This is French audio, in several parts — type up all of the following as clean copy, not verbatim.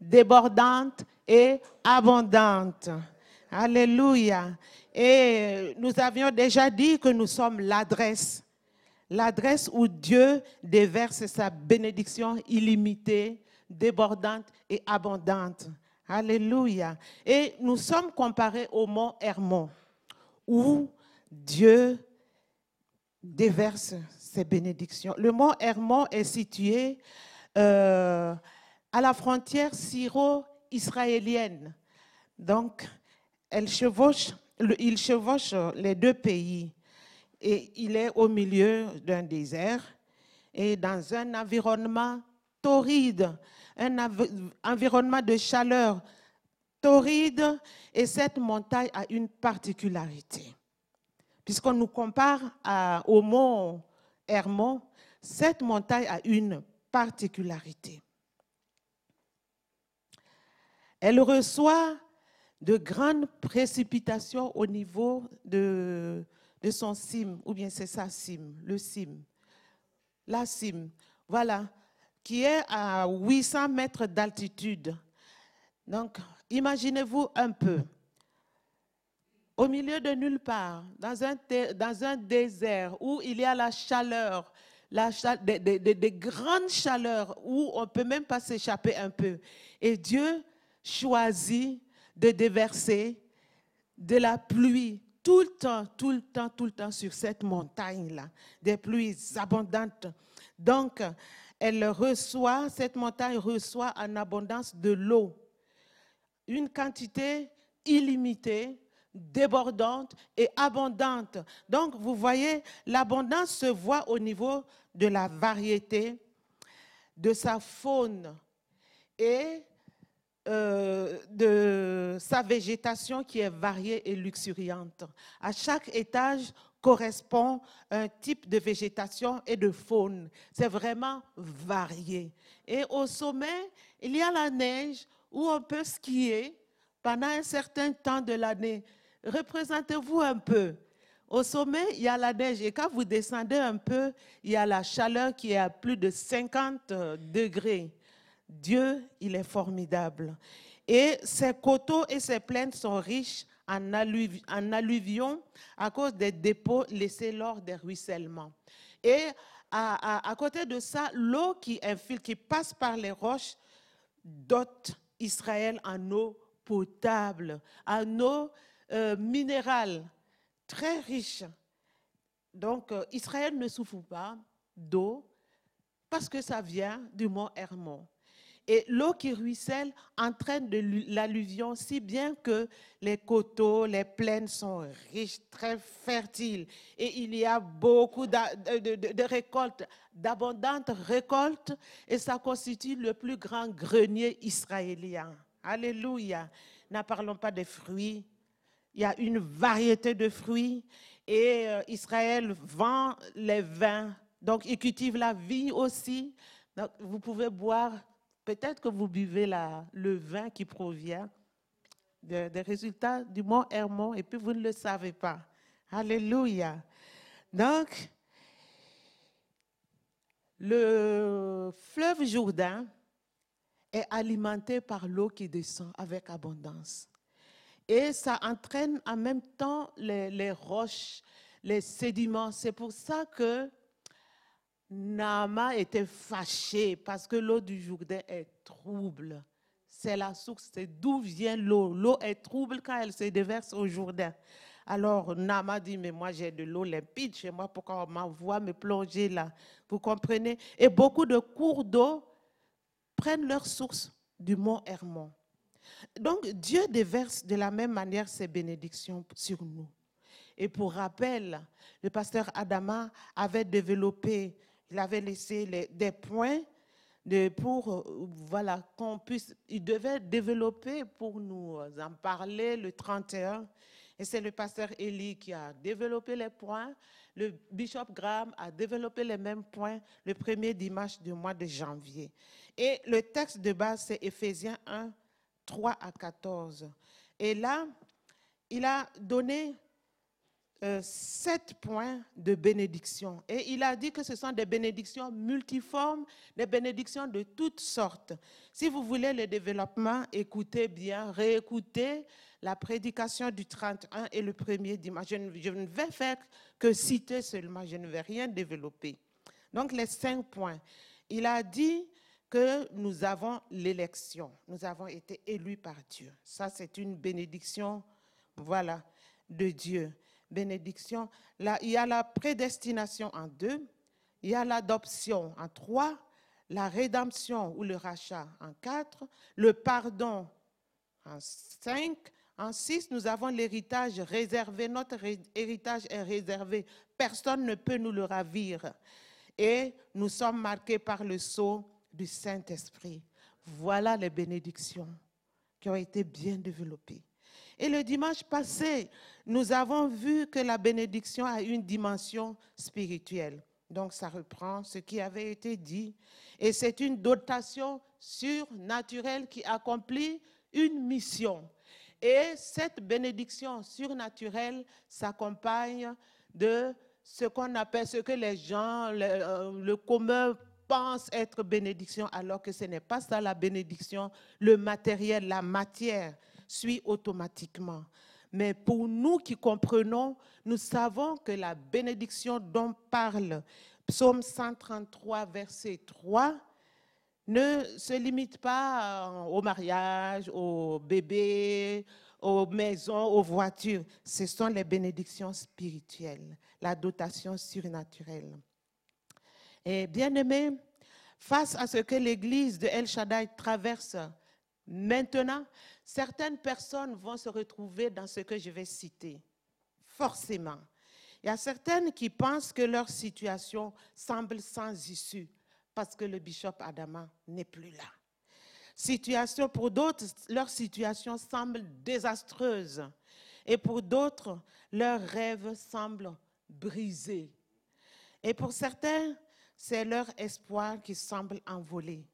débordante et abondante. Alléluia. Et nous avions déjà dit que nous sommes l'adresse où Dieu déverse sa bénédiction illimitée, débordante et abondante. Alléluia. Et nous sommes comparés au mont Hermon, où Dieu déverse ses bénédictions. Le mont Hermon est situé à la frontière syro-israélienne. Donc, il chevauche les deux pays. Et il est au milieu d'un désert et dans un environnement torride, un environnement de chaleur torride. Et cette montagne a une particularité. Puisqu'on nous compare au mont Hermon, cette montagne a une particularité. Elle reçoit de grandes précipitations au niveau de son cime, ou bien c'est sa cime, le cime, la cime, voilà, qui est à 800 mètres d'altitude. Donc, imaginez-vous un peu, au milieu de nulle part, dans un désert où il y a la chaleur, des grandes chaleurs où on ne peut même pas s'échapper un peu. Et Dieu choisit de déverser de la pluie tout le temps sur cette montagne-là, des pluies abondantes. Donc, cette montagne reçoit en abondance de l'eau, une quantité illimitée, débordante et abondante. Donc, vous voyez, l'abondance se voit au niveau de la variété de sa faune et de sa végétation qui est variée et luxuriante. À chaque étage correspond un type de végétation et de faune. C'est vraiment varié. Et au sommet, il y a la neige où on peut skier pendant un certain temps de l'année. Représentez-vous un peu. Au sommet, il y a la neige et quand vous descendez un peu, il y a la chaleur qui est à plus de 50 degrés. Dieu, il est formidable. Et ses coteaux et ses plaines sont riches en alluvions à cause des dépôts laissés lors des ruissellements. Et à côté de ça, l'eau qui passe par les roches, dote Israël en eau potable, en eau minérale, très riche. Donc, Israël ne souffre pas d'eau parce que ça vient du mont Hermon. Et l'eau qui ruisselle entraîne de l'alluvion, si bien que les coteaux, les plaines sont riches, très fertiles. Et il y a beaucoup de récoltes, d'abondantes récoltes, et ça constitue le plus grand grenier israélien. Alléluia. Ne parlons pas des fruits. Il y a une variété de fruits. Et Israël vend les vins. Donc, il cultive la vigne aussi. Donc, vous pouvez boire. Peut-être que vous buvez le vin qui provient des résultats du mont Hermon et puis vous ne le savez pas. Alléluia. Donc, le fleuve Jourdain est alimenté par l'eau qui descend avec abondance. Et ça entraîne en même temps les roches, les sédiments. C'est pour ça que Naaman était fâché parce que l'eau du Jourdain est trouble. C'est la source, c'est d'où vient l'eau. L'eau est trouble quand elle se déverse au Jourdain. Alors Naaman dit, mais moi j'ai de l'eau limpide chez moi, pourquoi on m'envoie me plonger là? Vous comprenez? Et beaucoup de cours d'eau prennent leur source du mont Hermon. Donc Dieu déverse de la même manière ses bénédictions sur nous. Et pour rappel, le pasteur Adama avait développé, il avait laissé des points pour, voilà, il devait développer pour nous en parler le 31. Et c'est le pasteur Élie qui a développé les points. Le bishop Graham a développé les mêmes points le premier dimanche du mois de janvier. Et le texte de base, c'est Éphésiens 1, 3 à 14. Et là, il a donné 7 points de bénédiction. Et il a dit que ce sont des bénédictions multiformes, des bénédictions de toutes sortes. Si vous voulez le développement, écoutez bien, réécoutez la prédication du 31 et le premier dimanche. Je ne vais faire que citer seulement, je ne vais rien développer. Donc les 5 points. Il a dit que nous avons l'élection. Nous avons été élus par Dieu. Ça, c'est une bénédiction, voilà, de Dieu. Bénédiction. Là, il y a la prédestination en 2, il y a l'adoption en 3, la rédemption ou le rachat en 4, le pardon en 5, en 6, nous avons l'héritage réservé. Notre héritage est réservé. Personne ne peut nous le ravir. Et nous sommes marqués par le sceau du Saint-Esprit. Voilà les bénédictions qui ont été bien développées. Et le dimanche passé, nous avons vu que la bénédiction a une dimension spirituelle. Donc, ça reprend ce qui avait été dit. Et c'est une dotation surnaturelle qui accomplit une mission. Et cette bénédiction surnaturelle s'accompagne de ce qu'on appelle, ce que les gens, le commun pense être bénédiction, alors que ce n'est pas ça la bénédiction. Le matériel, la matière suit automatiquement. Mais pour nous qui comprenons, nous savons que la bénédiction dont parle Psaume 133, verset 3, ne se limite pas au mariage, aux bébés, aux maisons, aux voitures. Ce sont les bénédictions spirituelles, la dotation surnaturelle. Et bien aimés, face à ce que l'Église de El Shaddai traverse maintenant, certaines personnes vont se retrouver dans ce que je vais citer, forcément. Il y a certaines qui pensent que leur situation semble sans issue parce que le bishop Adama n'est plus là. Situation pour d'autres, leur situation semble désastreuse. Et pour d'autres, leurs rêves semblent brisés. Et pour certains, c'est leur espoir qui semble envolé.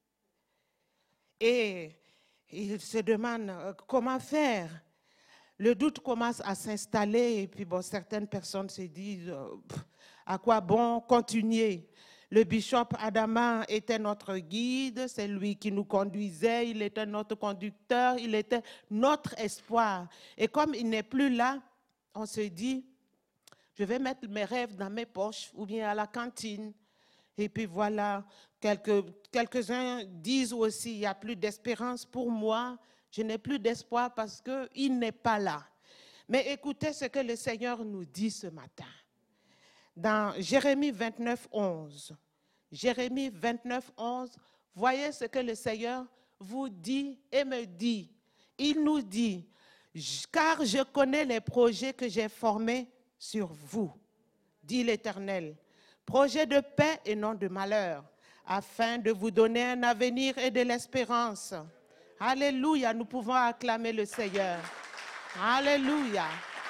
Et ils se demandent comment faire. Le doute commence à s'installer et puis bon, certaines personnes se disent à quoi bon continuer. Le bishop Adama était notre guide, c'est lui qui nous conduisait, il était notre conducteur, il était notre espoir. Et comme il n'est plus là, on se dit, je vais mettre mes rêves dans mes poches ou bien à la cantine. Et puis voilà, quelques-uns disent aussi, il n'y a plus d'espérance pour moi, je n'ai plus d'espoir parce qu'il n'est pas là. Mais écoutez ce que le Seigneur nous dit ce matin. Dans Jérémie 29, 11. Jérémie 29, 11, voyez ce que le Seigneur vous dit et me dit. Il nous dit, car je connais les projets que j'ai formés sur vous, dit l'Éternel. Projets de paix et non de malheur, afin de vous donner un avenir et de l'espérance. Alléluia, nous pouvons acclamer le Seigneur. Alléluia.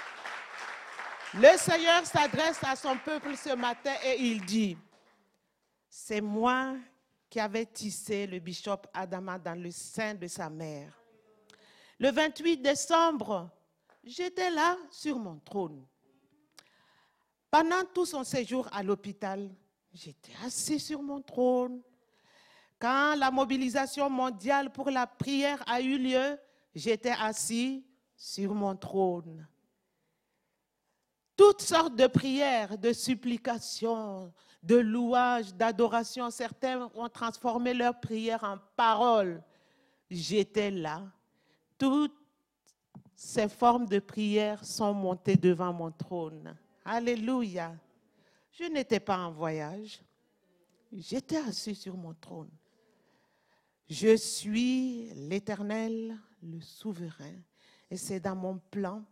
Le Seigneur s'adresse à son peuple ce matin et il dit, c'est moi qui avais tissé le bishop Adama dans le sein de sa mère. Le 28 décembre, j'étais là sur mon trône. Pendant tout son séjour à l'hôpital, j'étais assis sur mon trône. Quand la mobilisation mondiale pour la prière a eu lieu, j'étais assis sur mon trône. Toutes sortes de prières, de supplications, de louanges, d'adoration. Certains ont transformé leurs prières en paroles. J'étais là. Toutes ces formes de prières sont montées devant mon trône. Alléluia. Je n'étais pas en voyage. J'étais assis sur mon trône. Je suis l'Éternel, le souverain. Et c'est dans mon plan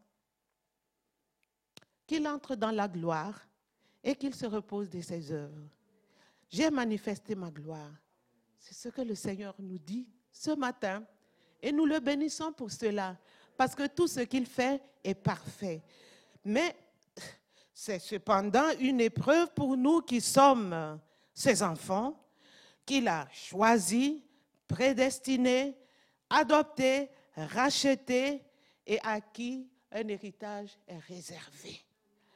qu'il entre dans la gloire et qu'il se repose de ses œuvres. J'ai manifesté ma gloire. C'est ce que le Seigneur nous dit ce matin. Et nous le bénissons pour cela, parce que tout ce qu'il fait est parfait. Mais c'est cependant une épreuve pour nous qui sommes ses enfants, qu'il a choisis, prédestinés, adoptés, rachetés et à qui un héritage est réservé.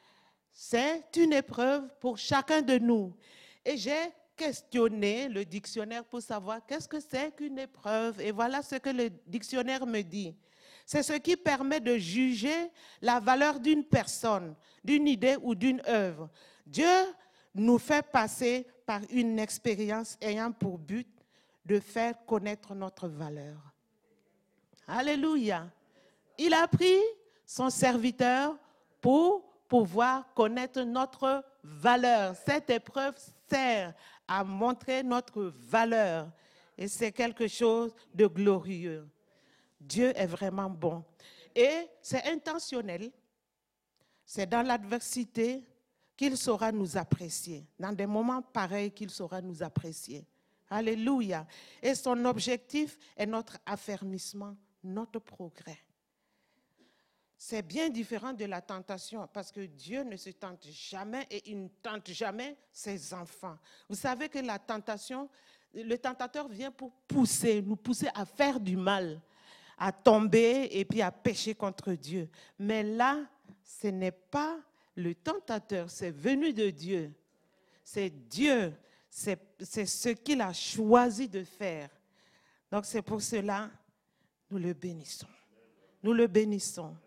C'est une épreuve pour chacun de nous. Et j'ai questionné le dictionnaire pour savoir qu'est-ce que c'est qu'une épreuve. Et voilà ce que le dictionnaire me dit. C'est ce qui permet de juger la valeur d'une personne, d'une idée ou d'une œuvre. Dieu nous fait passer par une expérience ayant pour but de faire connaître notre valeur. Alléluia. Il a pris son serviteur pour pouvoir connaître notre valeur. Cette épreuve sert à montrer notre valeur. Et c'est quelque chose de glorieux. Dieu est vraiment bon. Et c'est intentionnel. C'est dans l'adversité qu'il saura nous apprécier. Dans des moments pareils qu'il saura nous apprécier. Alléluia. Et son objectif est notre affermissement, notre progrès. C'est bien différent de la tentation parce que Dieu ne se tente jamais et il ne tente jamais ses enfants. Vous savez que la tentation, le tentateur vient pour nous pousser à faire du mal, à tomber et puis à pécher contre Dieu. Mais là, ce n'est pas le tentateur, c'est venu de Dieu. C'est Dieu, c'est ce qu'il a choisi de faire. Donc c'est pour cela, nous le bénissons. Nous le bénissons.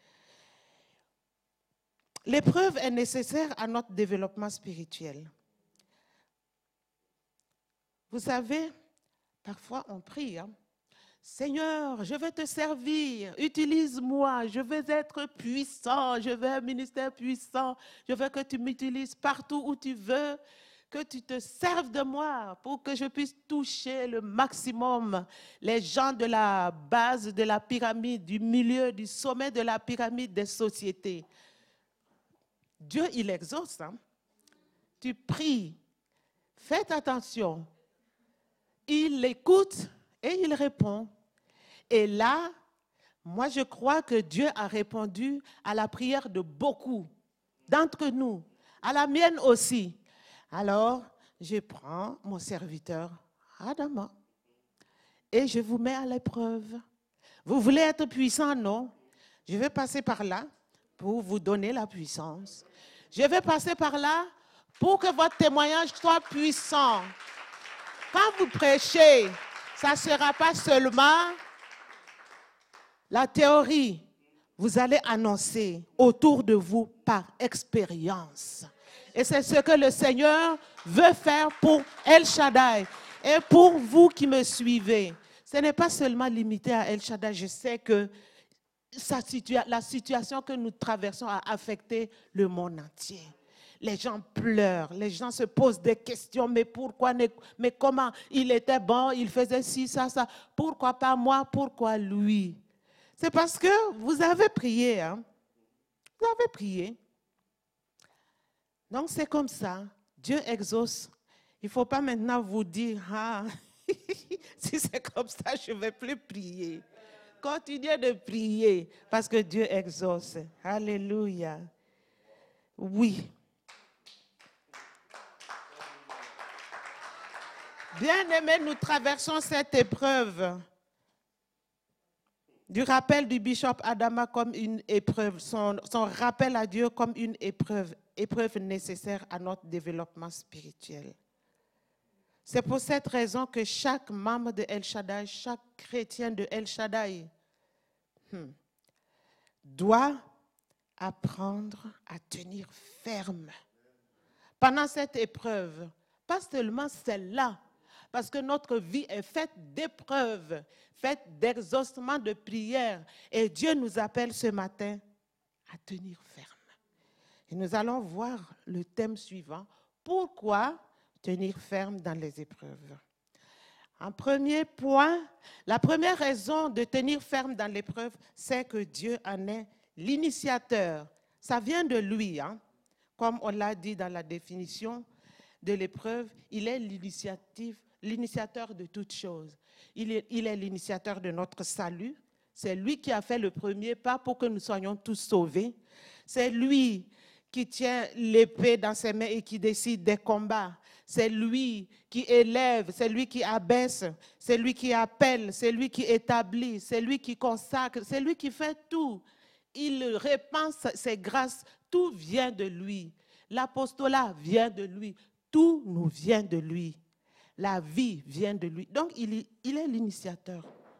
L'épreuve est nécessaire à notre développement spirituel. Vous savez, parfois on prie, Seigneur, je veux te servir, utilise-moi, je veux être puissant, je veux un ministère puissant, je veux que tu m'utilises partout où tu veux, que tu te serves de moi pour que je puisse toucher le maximum les gens de la base de la pyramide, du milieu, du sommet de la pyramide des sociétés. Dieu, il exauce. Tu pries, faites attention. Il écoute et il répond. Et là, moi je crois que Dieu a répondu à la prière de beaucoup d'entre nous, à la mienne aussi. Alors, je prends mon serviteur Adama et je vous mets à l'épreuve. Vous voulez être puissant, non? Je vais passer par là pour vous donner la puissance. Je vais passer par là pour que votre témoignage soit puissant. Quand vous prêchez, ça ne sera pas seulement la théorie. Vous allez annoncer autour de vous par expérience. Et c'est ce que le Seigneur veut faire pour El Shaddai et pour vous qui me suivez. Ce n'est pas seulement limité à El Shaddai. Je sais que la situation que nous traversons a affecté le monde entier. Les gens pleurent, les gens se posent des questions, mais pourquoi, mais comment, il était bon, il faisait ci, ça, ça, pourquoi pas moi, pourquoi lui? C'est parce que vous avez prié, vous avez prié. Donc c'est comme ça, Dieu exauce. Il ne faut pas maintenant vous dire, si c'est comme ça, je ne vais plus prier. Continuez de prier parce que Dieu exauce. Alléluia. Oui. Bien-aimés, nous traversons cette épreuve du rappel du bishop Adama comme une épreuve, son rappel à Dieu comme une épreuve nécessaire à notre développement spirituel. C'est pour cette raison que chaque membre de El Shaddai, chaque chrétien de El Shaddai doit apprendre à tenir ferme pendant cette épreuve. Pas seulement celle-là, parce que notre vie est faite d'épreuves, faite d'exaucement de prières. Et Dieu nous appelle ce matin à tenir ferme. Et nous allons voir le thème suivant. Pourquoi tenir ferme dans les épreuves? En premier point, la première raison de tenir ferme dans l'épreuve, c'est que Dieu en est l'initiateur. Ça vient de lui, Comme on l'a dit dans la définition de l'épreuve, il est l'initiateur de toutes choses. Il est l'initiateur de notre salut. C'est lui qui a fait le premier pas pour que nous soyons tous sauvés. C'est lui qui tient l'épée dans ses mains et qui décide des combats. C'est lui qui élève, c'est lui qui abaisse, c'est lui qui appelle, c'est lui qui établit, c'est lui qui consacre, c'est lui qui fait tout. Il répand ses grâces Tout vient de lui. L'apostolat vient de lui. Tout nous vient de lui. La vie vient de lui. Donc, il est l'initiateur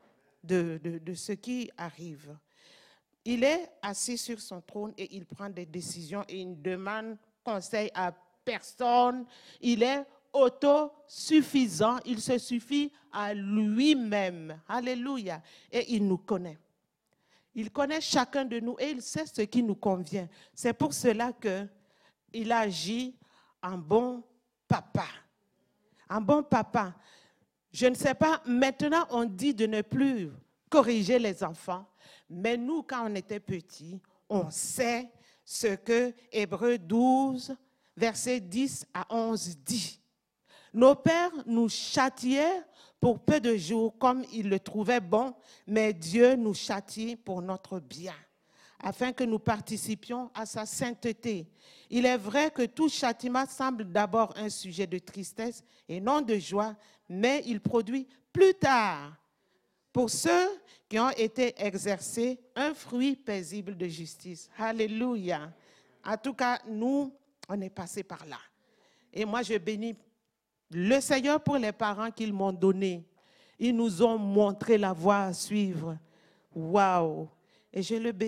de ce qui arrive. Il est assis sur son trône et il prend des décisions et il ne demande conseil à personne. Il est autosuffisant. Il se suffit à lui-même. Alléluia. Et il nous connaît. Il connaît chacun de nous et il sait ce qui nous convient. C'est pour cela qu'il agit en bon papa. Un bon papa. Je ne sais pas, maintenant on dit de ne plus corriger les enfants, mais nous, quand on était petits, on sait ce que Hébreux 12, versets 10 à 11 dit. Nos pères nous châtiaient pour peu de jours comme ils le trouvaient bon, mais Dieu nous châtie pour notre bien, afin que nous participions à sa sainteté. Il est vrai que tout châtiment semble d'abord un sujet de tristesse et non de joie, mais il produit plus tard, pour ceux qui ont été exercés, un fruit paisible de justice. Alléluia. En tout cas, nous, on est passé par là. Et moi, je bénis le Seigneur pour les parents qu'ils m'ont donnés. Ils nous ont montré la voie à suivre. Waouh! Et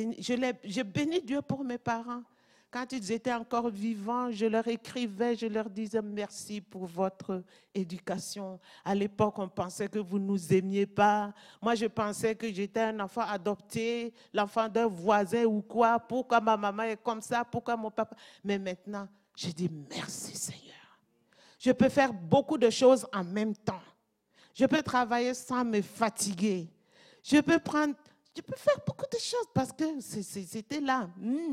je bénis Dieu pour mes parents. Quand ils étaient encore vivants, je leur écrivais, je leur disais merci pour votre éducation. À l'époque, on pensait que vous ne nous aimiez pas. Moi, je pensais que j'étais un enfant adopté, l'enfant d'un voisin ou quoi. Pourquoi ma maman est comme ça? Pourquoi mon papa? Mais maintenant, je dis merci Seigneur. Je peux faire beaucoup de choses en même temps. Je peux travailler sans me fatiguer. Je peux faire beaucoup de choses parce que c'était là.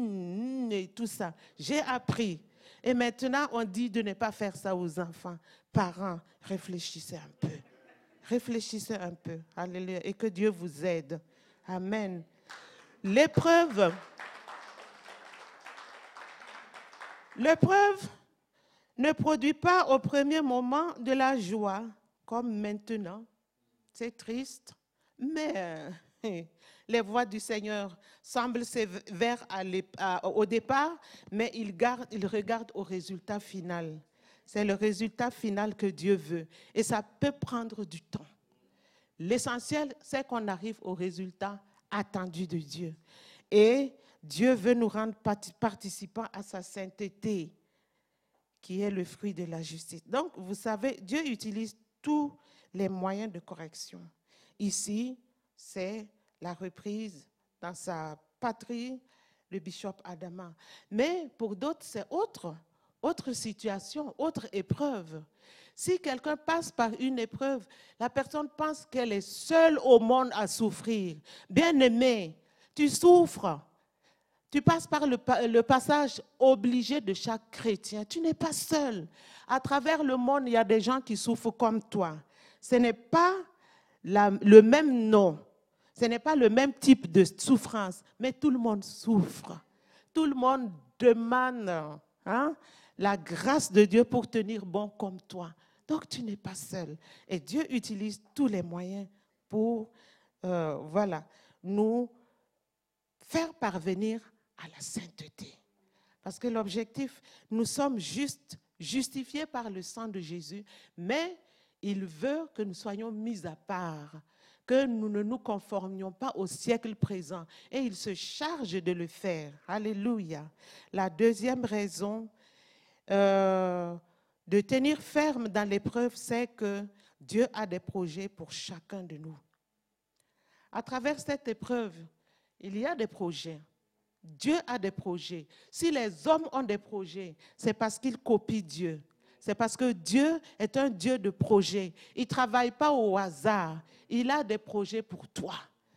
Et tout ça. J'ai appris. Et maintenant, on dit de ne pas faire ça aux enfants. Parents, réfléchissez un peu. Réfléchissez un peu. Alléluia. Et que Dieu vous aide. Amen. L'épreuve ne produit pas au premier moment de la joie, comme maintenant. C'est triste, mais les voies du Seigneur semblent sévères au départ, mais il regarde au résultat final. C'est le résultat final que Dieu veut. Et ça peut prendre du temps. L'essentiel, c'est qu'on arrive au résultat attendu de Dieu. Et Dieu veut nous rendre participants à sa sainteté, qui est le fruit de la justice. Donc, vous savez, Dieu utilise tous les moyens de correction. Ici, c'est la reprise dans sa patrie, le bishop Adama. Mais pour d'autres, c'est autre situation, autre épreuve. Si quelqu'un passe par une épreuve, la personne pense qu'elle est seule au monde à souffrir. Bien-aimé, tu souffres. Tu passes par le passage obligé de chaque chrétien. Tu n'es pas seul. À travers le monde, il y a des gens qui souffrent comme toi. Ce n'est pas le même nom. Ce n'est pas le même type de souffrance. Mais tout le monde souffre. Tout le monde demande la grâce de Dieu pour tenir bon comme toi. Donc, tu n'es pas seul. Et Dieu utilise tous les moyens pour nous faire parvenir à la sainteté. Parce que l'objectif, nous sommes justifiés par le sang de Jésus, mais il veut que nous soyons mis à part, que nous ne nous conformions pas au siècle présent. Et il se charge de le faire. Alléluia. La deuxième raison de tenir ferme dans l'épreuve, c'est que Dieu a des projets pour chacun de nous. À travers cette épreuve, il y a des projets. Dieu a des projets. Si les hommes ont des projets, c'est parce qu'ils copient Dieu. C'est parce que Dieu est un Dieu de projets. Il ne travaille pas au hasard. Il a des projets pour toi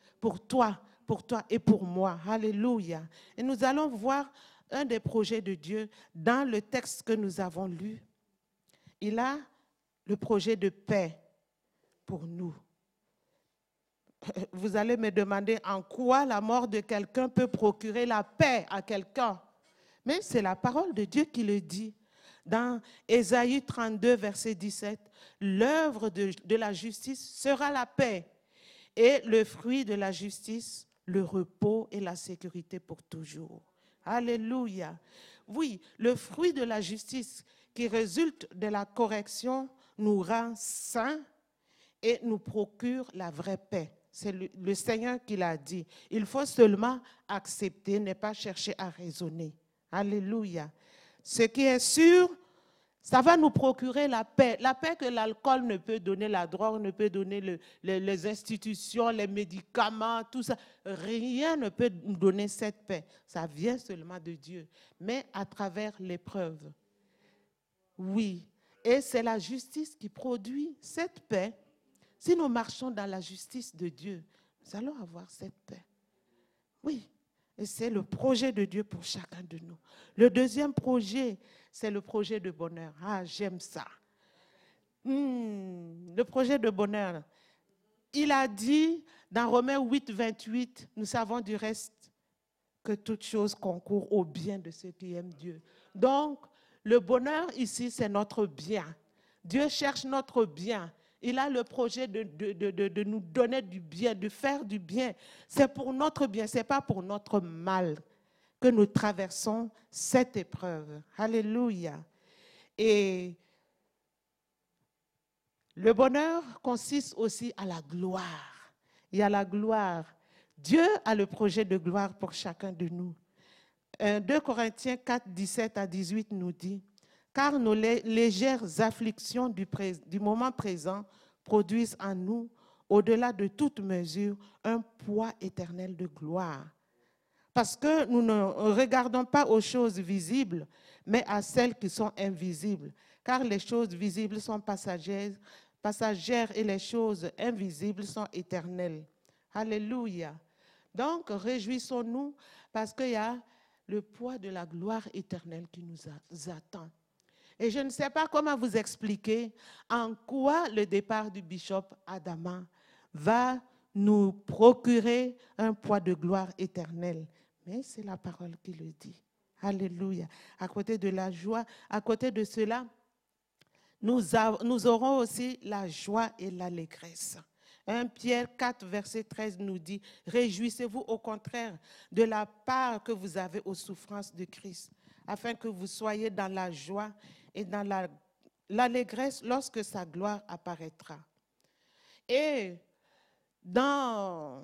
et pour moi. Alléluia. Et nous allons voir un des projets de Dieu dans le texte que nous avons lu. Il a le projet de paix pour nous. Vous allez me demander en quoi la mort de quelqu'un peut procurer la paix à quelqu'un. Mais c'est la parole de Dieu qui le dit. Dans Ésaïe 32, verset 17, l'œuvre de la justice sera la paix et le fruit de la justice, le repos et la sécurité pour toujours. Alléluia. Oui, le fruit de la justice qui résulte de la correction nous rend saints et nous procure la vraie paix. C'est le Seigneur qui l'a dit. Il faut seulement accepter, ne pas chercher à raisonner. Alléluia. Ce qui est sûr, ça va nous procurer la paix que l'alcool ne peut donner, la drogue ne peut donner, les institutions, les médicaments, tout ça. Rien ne peut nous donner cette paix. Ça vient seulement de Dieu, mais à travers l'épreuve. Oui, et c'est la justice qui produit cette paix. Si nous marchons dans la justice de Dieu, nous allons avoir cette paix. Oui, et c'est le projet de Dieu pour chacun de nous. Le deuxième projet, c'est le projet de bonheur. Ah, j'aime ça. Le projet de bonheur. Il a dit dans Romains 8, 28, nous savons du reste que toute chose concourt au bien de ceux qui aiment Dieu. Donc, le bonheur ici, c'est notre bien. Dieu cherche notre bien. Il a le projet de nous donner du bien, de faire du bien. C'est pour notre bien, ce n'est pas pour notre mal que nous traversons cette épreuve. Alléluia. Et le bonheur consiste aussi à la gloire. Il y a la gloire. Dieu a le projet de gloire pour chacun de nous. 2 Corinthiens 4, 17 à 18 nous dit « Car nos légères afflictions du moment présent produisent en nous, au-delà de toute mesure, un poids éternel de gloire. Parce que nous ne regardons pas aux choses visibles, mais à celles qui sont invisibles. Car les choses visibles sont passagères et les choses invisibles sont éternelles. » Alléluia. Donc, réjouissons-nous parce qu'il y a le poids de la gloire éternelle qui nous attend. Et je ne sais pas comment vous expliquer en quoi le départ du bishop Adama va nous procurer un poids de gloire éternelle. Mais c'est la parole qui le dit. Alléluia. À côté de la joie, à côté de cela, nous aurons aussi la joie et l'allégresse. 1 Pierre 4, verset 13 nous dit « Réjouissez-vous au contraire de la part que vous avez aux souffrances de Christ, afin que vous soyez dans la joie et dans l'allégresse lorsque sa gloire apparaîtra. » Et dans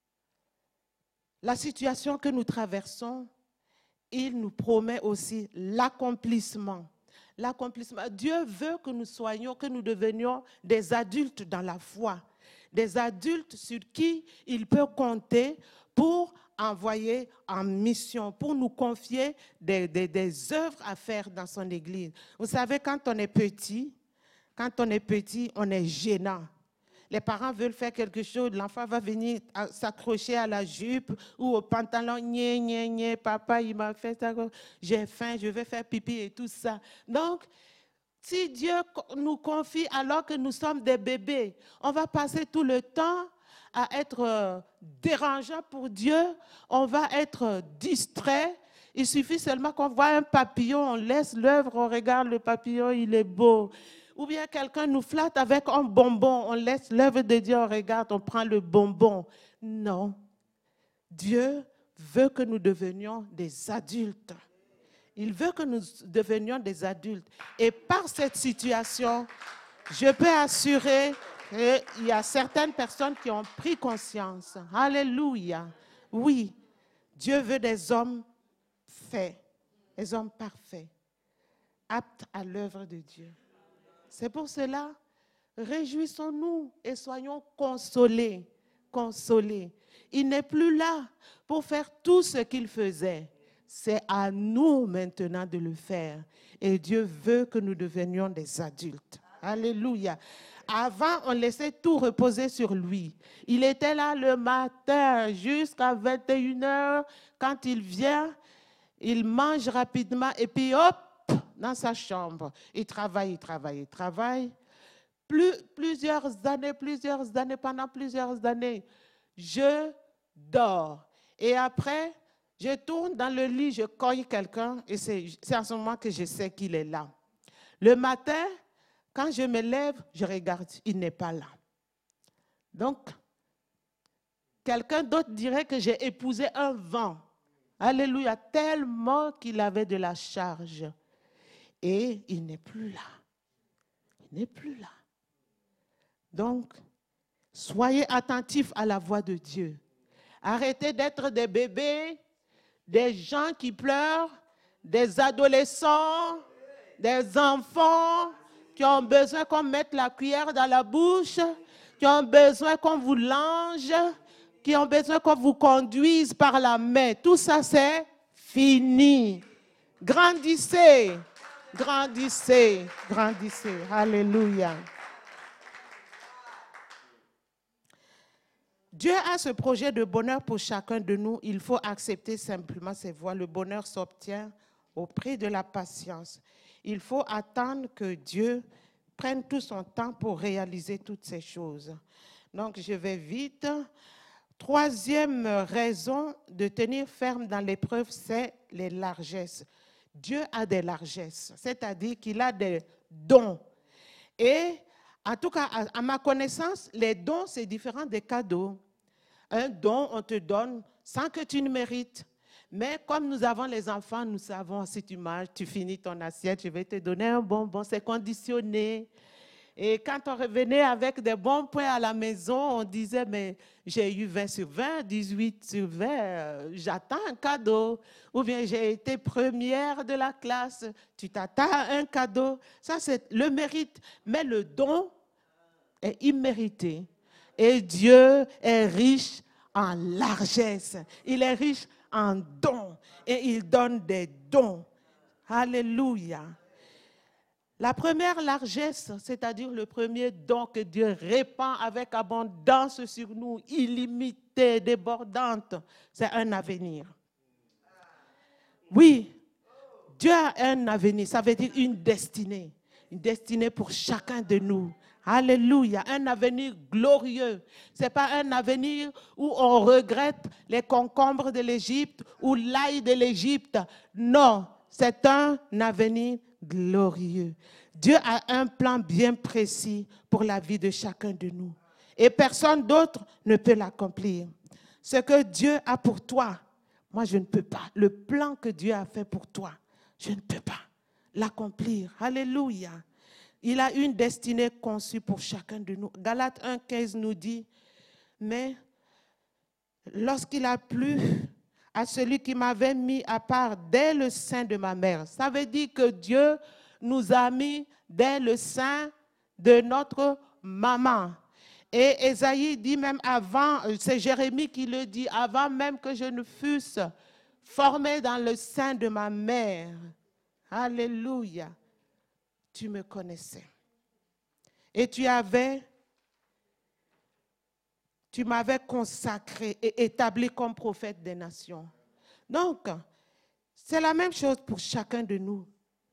la situation que nous traversons, il nous promet aussi l'accomplissement. L'accomplissement. Dieu veut que nous soyons, que nous devenions des adultes dans la foi. Des adultes sur qui il peut compter pour envoyer en mission, pour nous confier des œuvres à faire dans son église. Vous savez, quand on est petit, on est gênant. Les parents veulent faire quelque chose, l'enfant va venir s'accrocher à la jupe ou au pantalon. Papa, il m'a fait ça, j'ai faim, je vais faire pipi et tout ça. Donc, si Dieu nous confie alors que nous sommes des bébés, on va passer tout le temps à être dérangeant pour Dieu, on va être distrait. Il suffit seulement qu'on voit un papillon, on laisse l'œuvre, on regarde le papillon, il est beau. Ou bien quelqu'un nous flatte avec un bonbon, on laisse l'œuvre de Dieu, on regarde, on prend le bonbon. Non, Dieu veut que nous devenions des adultes. Il veut que nous devenions des adultes. Et par cette situation, je peux assurer qu'il y a certaines personnes qui ont pris conscience. Alléluia. Oui, Dieu veut des hommes faits, des hommes parfaits, aptes à l'œuvre de Dieu. C'est pour cela, réjouissons-nous et soyons consolés. Consolés. Il n'est plus là pour faire tout ce qu'il faisait. C'est à nous maintenant de le faire. Et Dieu veut que nous devenions des adultes. Alléluia. Avant, on laissait tout reposer sur lui. Il était là le matin jusqu'à 21h. Quand il vient, il mange rapidement et puis hop, dans sa chambre. Il travaille. Pendant plusieurs années, je dors. Et après, je tourne dans le lit, je cogne quelqu'un et c'est en ce moment que je sais qu'il est là. Le matin, quand je me lève, je regarde, il n'est pas là. Donc, quelqu'un d'autre dirait que j'ai épousé un vent. Alléluia, tellement qu'il avait de la charge. Et il n'est plus là. Il n'est plus là. Donc, soyez attentifs à la voix de Dieu. Arrêtez d'être des bébés, des gens qui pleurent, des adolescents, des enfants qui ont besoin qu'on mette la cuillère dans la bouche, qui ont besoin qu'on vous lange, qui ont besoin qu'on vous conduise par la main. Tout ça, c'est fini. Grandissez, grandissez, grandissez. Alléluia. Dieu a ce projet de bonheur pour chacun de nous. Il faut accepter simplement ses voies. Le bonheur s'obtient au prix de la patience. Il faut attendre que Dieu prenne tout son temps pour réaliser toutes ces choses. Donc, je vais vite. Troisième raison de tenir ferme dans l'épreuve, c'est les largesses. Dieu a des largesses, c'est-à-dire qu'il a des dons. Et en tout cas, à ma connaissance, les dons, c'est différent des cadeaux. Un don, on te donne sans que tu ne mérites. Mais comme nous avons les enfants, nous savons, si tu manges, tu finis ton assiette, je vais te donner un bonbon, c'est conditionné. Et quand on revenait avec des bons points à la maison, on disait, mais j'ai eu 20 sur 20, 18 sur 20, j'attends un cadeau. Ou bien j'ai été première de la classe, tu t'attends à un cadeau. Ça, c'est le mérite. Mais le don est immérité. Et Dieu est riche en largesse. Il est riche en dons. Et il donne des dons. Alléluia. La première largesse, c'est-à-dire le premier don que Dieu répand avec abondance sur nous, illimitée, débordante, c'est un avenir. Oui, Dieu a un avenir, ça veut dire une destinée pour chacun de nous. Alléluia, un avenir glorieux. Ce n'est pas un avenir où on regrette les concombres de l'Égypte ou l'ail de l'Égypte. Non, c'est un avenir glorieux. Dieu a un plan bien précis pour la vie de chacun de nous. Et personne d'autre ne peut l'accomplir. Ce que Dieu a pour toi, moi je ne peux pas. Le plan que Dieu a fait pour toi, je ne peux pas l'accomplir. Alléluia. Il a une destinée conçue pour chacun de nous. Galates 1,15 nous dit, mais lorsqu'il a plu à celui qui m'avait mis à part dès le sein de ma mère. Ça veut dire que Dieu nous a mis dès le sein de notre maman. Et Ésaïe dit même avant, c'est Jérémie qui le dit, avant même que je ne fusse formé dans le sein de ma mère. Alléluia. Tu me connaissais. Et tu m'avais consacré et établi comme prophète des nations. Donc, c'est la même chose pour chacun de nous.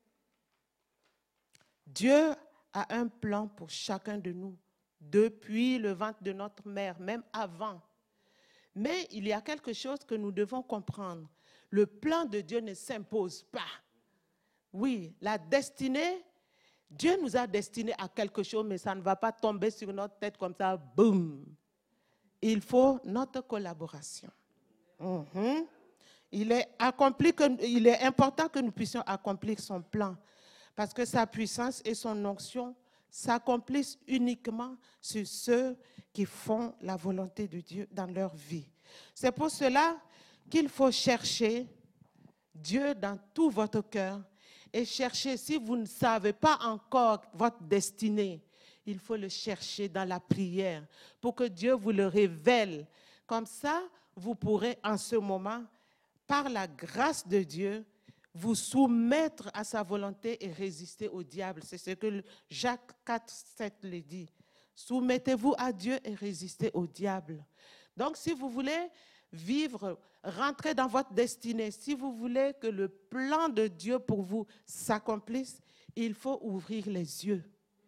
Dieu a un plan pour chacun de nous, depuis le ventre de notre mère, même avant. Mais il y a quelque chose que nous devons comprendre. Le plan de Dieu ne s'impose pas. Oui, la destinée, Dieu nous a destinés à quelque chose, mais ça ne va pas tomber sur notre tête comme ça, boum. Il faut notre collaboration. Il est important que nous puissions accomplir son plan, parce que sa puissance et son onction s'accomplissent uniquement sur ceux qui font la volonté de Dieu dans leur vie. C'est pour cela qu'il faut chercher Dieu dans tout votre cœur et chercher, si vous ne savez pas encore votre destinée, il faut le chercher dans la prière pour que Dieu vous le révèle. Comme ça, vous pourrez en ce moment, par la grâce de Dieu, vous soumettre à sa volonté et résister au diable. C'est ce que Jacques 4, 7 le dit. Soumettez-vous à Dieu et résistez au diable. Donc, si vous voulez vivre, rentrer dans votre destinée, si vous voulez que le plan de Dieu pour vous s'accomplisse, il faut ouvrir les yeux.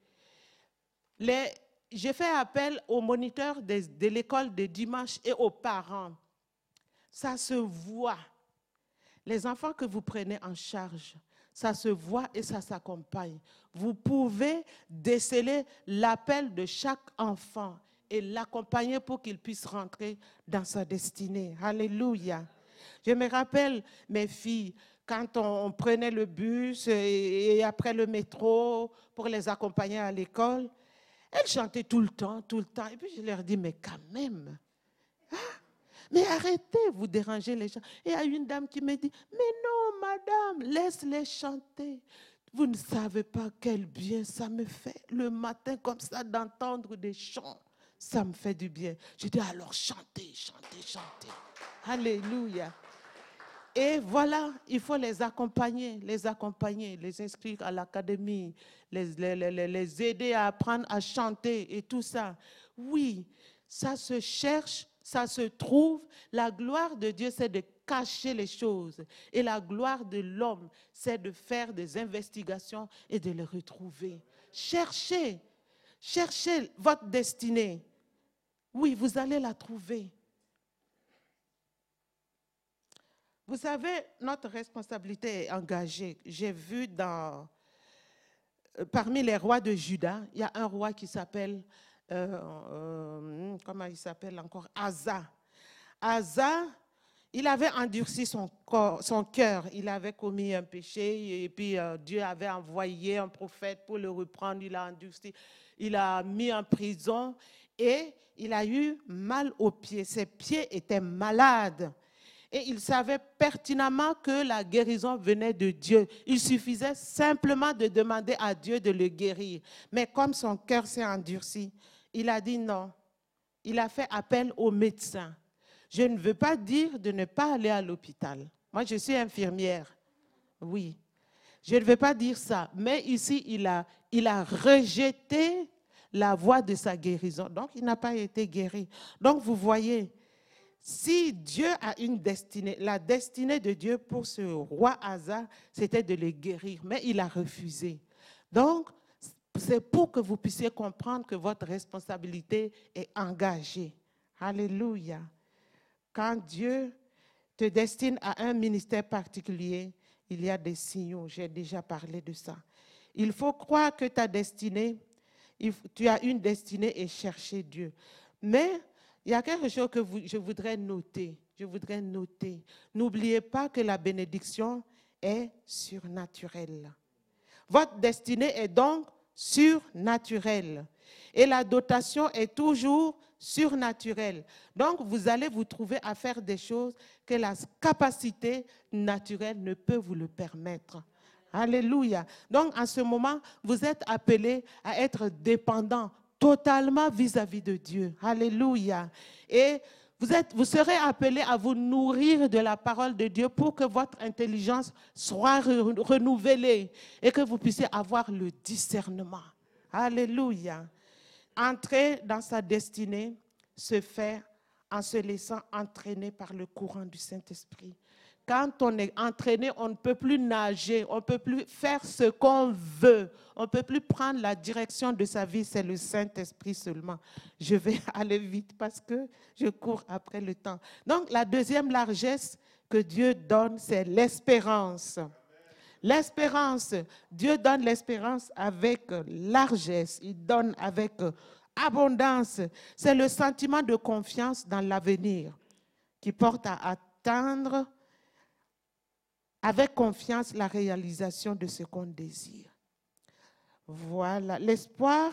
J'ai fait appel aux moniteurs de l'école de dimanche et aux parents. Ça se voit. Les enfants que vous prenez en charge, ça se voit et ça s'accompagne. Vous pouvez déceler l'appel de chaque enfant et l'accompagner pour qu'il puisse rentrer dans sa destinée. Alléluia. Je me rappelle mes filles, quand on prenait le bus et après le métro pour les accompagner à l'école, elles chantaient tout le temps, tout le temps. Et puis je leur dis, mais quand même, mais arrêtez, vous dérangez les gens. Et il y a une dame qui me dit, mais non, madame, laisse-les chanter. Vous ne savez pas quel bien ça me fait le matin comme ça d'entendre des chants. Ça me fait du bien. Je dis alors chantez, chantez, chantez. Alléluia. Et voilà, il faut les accompagner, les inscrire à l'académie, les aider à apprendre à chanter et tout ça. Oui, ça se cherche, ça se trouve. La gloire de Dieu, c'est de cacher les choses. Et la gloire de l'homme, c'est de faire des investigations et de les retrouver. Cherchez votre destinée. Oui, vous allez la trouver. Vous savez, notre responsabilité est engagée. J'ai vu parmi les rois de Juda, il y a un roi qui s'appelle, comment il s'appelle encore? Asa. Asa, il avait endurci son cœur. Il avait commis un péché et puis Dieu avait envoyé un prophète pour le reprendre. Il a endurci, il a mis en prison et il a eu mal aux pieds. Ses pieds étaient malades. Et il savait pertinemment que la guérison venait de Dieu. Il suffisait simplement de demander à Dieu de le guérir. Mais comme son cœur s'est endurci, il a dit non. Il a fait appel au médecin. Je ne veux pas dire de ne pas aller à l'hôpital. Moi, je suis infirmière. Oui. Je ne veux pas dire ça. Mais ici, il a rejeté la voie de sa guérison. Donc, il n'a pas été guéri. Donc, vous voyez, si Dieu a une destinée, la destinée de Dieu pour ce roi Asa, c'était de le guérir, mais il a refusé. Donc, c'est pour que vous puissiez comprendre que votre responsabilité est engagée. Alléluia. Quand Dieu te destine à un ministère particulier, il y a des signaux. J'ai déjà parlé de ça. Il faut croire que ta destinée, tu as une destinée et chercher Dieu. Mais il y a quelque chose que je voudrais noter. N'oubliez pas que la bénédiction est surnaturelle. Votre destinée est donc surnaturelle. Et la dotation est toujours surnaturelle. Donc, vous allez vous trouver à faire des choses que la capacité naturelle ne peut vous le permettre. Alléluia. Donc, en ce moment, vous êtes appelés à être dépendants totalement vis-à-vis de Dieu. Alléluia. Et vous serez appelés à vous nourrir de la parole de Dieu pour que votre intelligence soit renouvelée et que vous puissiez avoir le discernement. Alléluia. Entrer dans sa destinée se fait en se laissant entraîner par le courant du Saint-Esprit. Quand on est entraîné, on ne peut plus nager, on ne peut plus faire ce qu'on veut, on ne peut plus prendre la direction de sa vie, c'est le Saint-Esprit seulement. Je vais aller vite parce que je cours après le temps. Donc, la deuxième largesse que Dieu donne, c'est l'espérance. L'espérance, Dieu donne l'espérance avec largesse, il donne avec abondance. C'est le sentiment de confiance dans l'avenir qui porte à atteindre avec confiance la réalisation de ce qu'on désire. Voilà, l'espoir,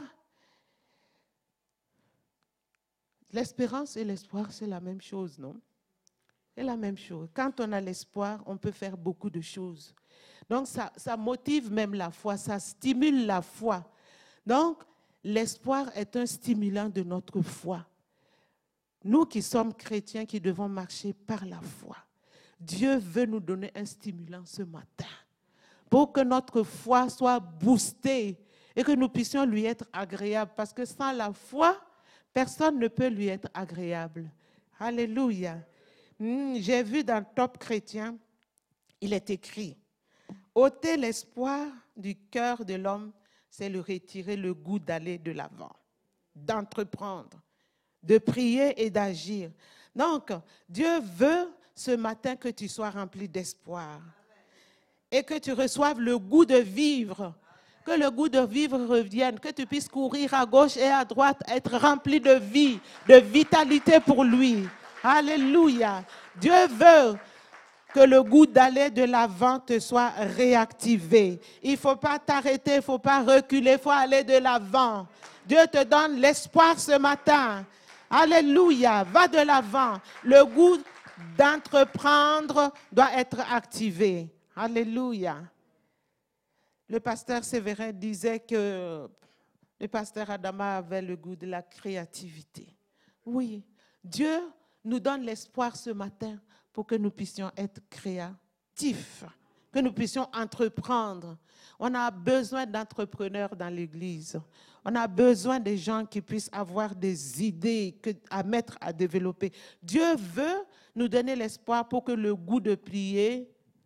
l'espérance et l'espoir, c'est la même chose, non? C'est la même chose. Quand on a l'espoir, on peut faire beaucoup de choses. Donc, ça motive même la foi, ça stimule la foi. Donc, l'espoir est un stimulant de notre foi. Nous qui sommes chrétiens, qui devons marcher par la foi. Dieu veut nous donner un stimulant ce matin pour que notre foi soit boostée et que nous puissions lui être agréables. Parce que sans la foi, personne ne peut lui être agréable. Alléluia. J'ai vu dans Top Chrétien, il est écrit, ôter l'espoir du cœur de l'homme, c'est lui retirer le goût d'aller de l'avant, d'entreprendre, de prier et d'agir. Donc, Dieu veut ce matin que tu sois rempli d'espoir et que tu reçoives le goût de vivre, que le goût de vivre revienne, que tu puisses courir à gauche et à droite, être rempli de vie, de vitalité pour lui. Alléluia. Dieu veut Que le goût d'aller de l'avant te soit réactivé. Il ne faut pas t'arrêter, il ne faut pas reculer, il faut aller de l'avant. Dieu te donne l'espoir ce matin. Alléluia, va de l'avant. Le goût d'entreprendre doit être activé. Alléluia. Le pasteur Séverin disait que le pasteur Adama avait le goût de la créativité. Oui, Dieu nous donne l'espoir ce matin pour que nous puissions être créatifs, que nous puissions entreprendre. On a besoin d'entrepreneurs dans l'Église. On a besoin de gens qui puissent avoir des idées à mettre à développer. Dieu veut nous donner l'espoir pour que le goût de prier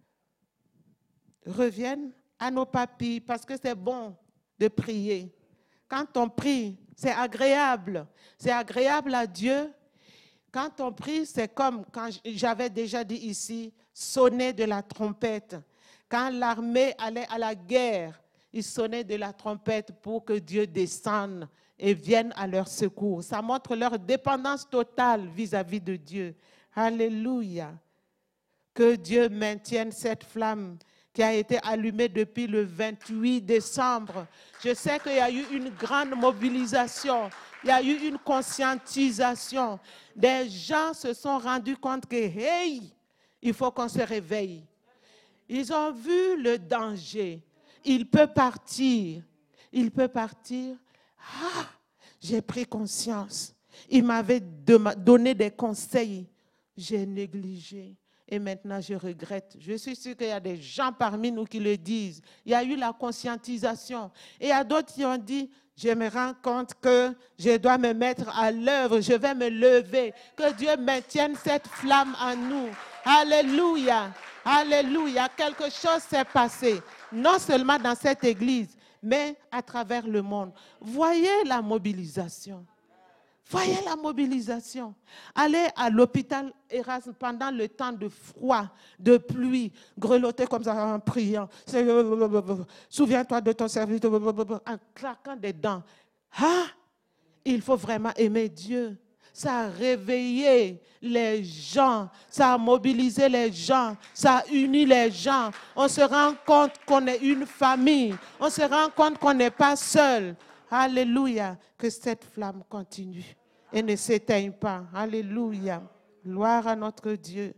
revienne à nos papilles, parce que c'est bon de prier. Quand on prie, c'est agréable. C'est agréable à Dieu. Quand on prie, c'est comme quand j'avais déjà dit ici, sonner de la trompette. Quand l'armée allait à la guerre, ils sonnaient de la trompette pour que Dieu descende et vienne à leur secours. Ça montre leur dépendance totale vis-à-vis de Dieu. Alléluia. Que Dieu maintienne cette flamme qui a été allumée depuis le 28 décembre. Je sais qu'il y a eu une grande mobilisation, il y a eu une conscientisation. Des gens se sont rendus compte que, hey, il faut qu'on se réveille. Ils ont vu le danger. Il peut partir. Il peut partir. Ah, j'ai pris conscience. Il m'avait donné des conseils. J'ai négligé. Et maintenant, je regrette. Je suis sûre qu'il y a des gens parmi nous qui le disent. Il y a eu la conscientisation. Et il y a d'autres qui ont dit, je me rends compte que je dois me mettre à l'œuvre. Je vais me lever. Que Dieu maintienne cette flamme en nous. Alléluia. Alléluia. Quelque chose s'est passé. Non seulement dans cette église, mais à travers le monde. Voyez la mobilisation. Voyez la mobilisation. Allez à l'hôpital Erasme pendant le temps de froid, de pluie, grelotter comme ça en priant. Souviens-toi de ton serviteur, en claquant des dents. Ah, il faut vraiment aimer Dieu. Ça a réveillé les gens, ça a mobilisé les gens, ça a uni les gens. On se rend compte qu'on est une famille. On se rend compte qu'on n'est pas seul. Alléluia, que cette flamme continue et ne s'éteigne pas. Alléluia, gloire à notre Dieu.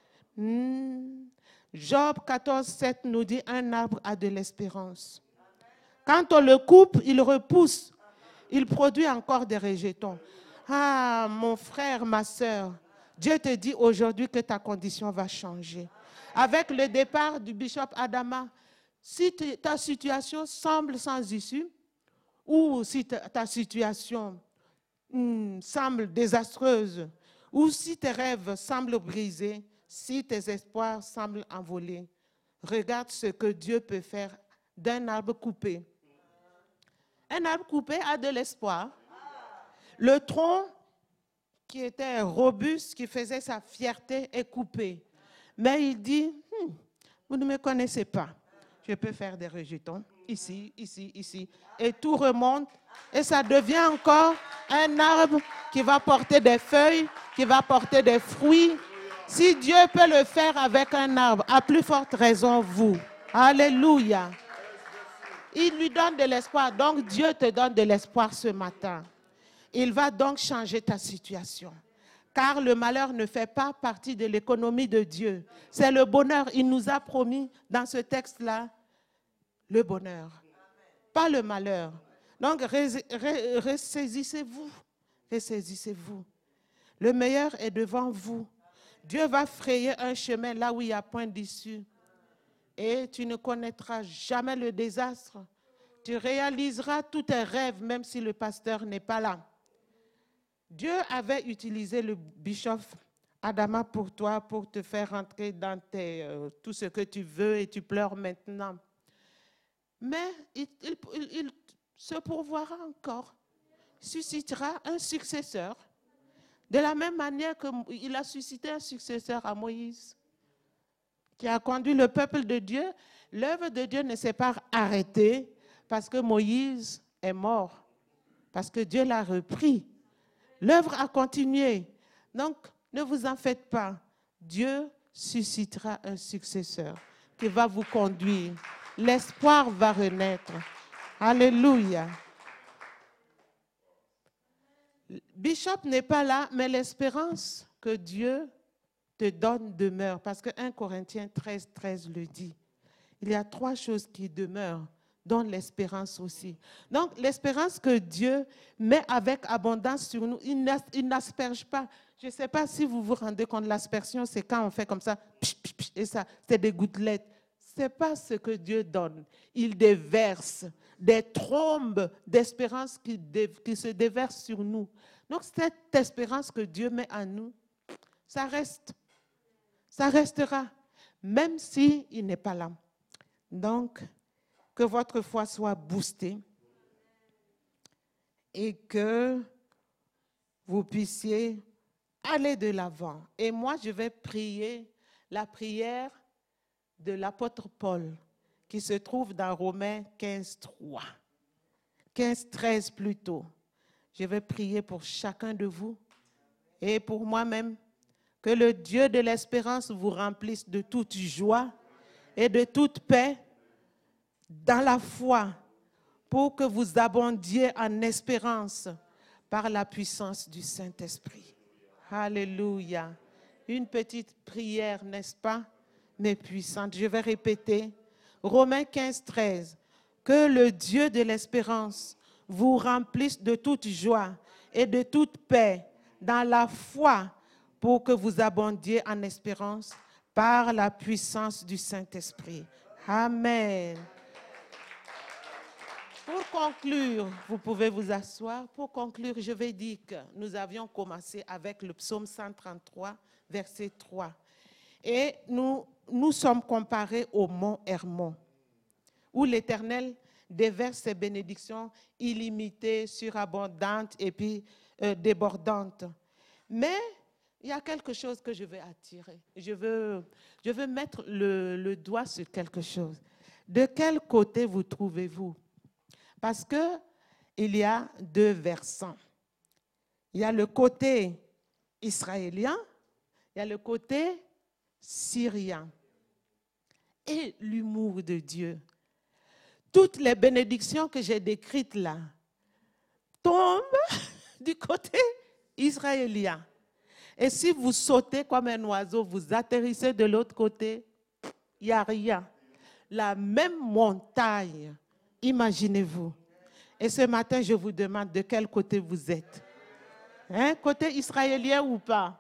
Job 14, 7 nous dit, un arbre a de l'espérance. Quand on le coupe, il repousse. Il produit encore des rejetons. Ah, mon frère, ma soeur, Dieu te dit aujourd'hui que ta condition va changer. Avec le départ du bishop Adama, si ta situation semble sans issue, ou si ta situation semble désastreuse, ou si tes rêves semblent brisés, si tes espoirs semblent envolés, regarde ce que Dieu peut faire d'un arbre coupé. Un arbre coupé a de l'espoir. Le tronc qui était robuste, qui faisait sa fierté, est coupé. Mais il dit, vous ne me connaissez pas. Je peux faire des rejetons, ici, ici, ici. Et tout remonte. Et ça devient encore un arbre qui va porter des feuilles, qui va porter des fruits. Si Dieu peut le faire avec un arbre, à plus forte raison, vous. Alléluia. Il lui donne de l'espoir. Donc Dieu te donne de l'espoir ce matin. Il va donc changer ta situation. Car le malheur ne fait pas partie de l'économie de Dieu. C'est le bonheur. Il nous a promis dans ce texte-là le bonheur, pas le malheur. Donc ressaisissez-vous. Ressaisissez-vous. Le meilleur est devant vous. Dieu va frayer un chemin là où il n'y a point d'issue. Et tu ne connaîtras jamais le désastre. Tu réaliseras tous tes rêves, même si le pasteur n'est pas là. Dieu avait utilisé le bishop Adama pour toi, pour te faire rentrer dans tout ce que tu veux et tu pleures maintenant. Mais il se pourvoira encore. Il suscitera un successeur. De la même manière qu'il a suscité un successeur à Moïse, qui a conduit le peuple de Dieu. L'œuvre de Dieu ne s'est pas arrêtée parce que Moïse est mort, parce que Dieu l'a repris. L'œuvre a continué. Donc, ne vous en faites pas. Dieu suscitera un successeur qui va vous conduire. L'espoir va renaître. Alléluia. Bishop n'est pas là, mais l'espérance que Dieu te donne demeure. Parce que 1 Corinthiens 13, 13 le dit. Il y a 3 choses qui demeurent, dont l'espérance aussi. Donc, l'espérance que Dieu met avec abondance sur nous, il n'asperge pas. Je ne sais pas si vous vous rendez compte, l'aspersion, c'est quand on fait comme ça, et ça, c'est des gouttelettes. Ce n'est pas ce que Dieu donne. Il déverse des trombes d'espérance qui se déversent sur nous. Donc, cette espérance que Dieu met en nous, ça reste. Ça restera, même s'il n'est pas là. Donc, que votre foi soit boostée et que vous puissiez aller de l'avant. Et moi, je vais prier la prière de l'apôtre Paul qui se trouve dans Romains 15, 3. 15, 13 plutôt. Je vais prier pour chacun de vous et pour moi-même. Que le Dieu de l'espérance vous remplisse de toute joie et de toute paix dans la foi pour que vous abondiez en espérance par la puissance du Saint-Esprit. Alléluia. Une petite prière, n'est-ce pas, mais puissante. Je vais répéter. Romains 15, 13. Que le Dieu de l'espérance vous remplisse de toute joie et de toute paix dans la foi pour que vous abondiez en espérance par la puissance du Saint-Esprit. Amen. Pour conclure, vous pouvez vous asseoir. Pour conclure, je vais dire que nous avions commencé avec le psaume 133, verset 3. Et nous sommes comparés au mont Hermon, où l'Éternel déverse ses bénédictions illimitées, surabondantes et puis débordantes. Mais il y a quelque chose que je vais attirer. Je veux mettre le doigt sur quelque chose. De quel côté vous trouvez-vous? Parce qu'il y a 2 versants. Il y a le côté israélien, il y a le côté syrien. Et l'humour de Dieu. Toutes les bénédictions que j'ai décrites là tombent du côté israélien. Et si vous sautez comme un oiseau, vous atterrissez de l'autre côté, il n'y a rien. La même montagne, imaginez-vous. Et ce matin, je vous demande de quel côté vous êtes. Côté israélien ou pas?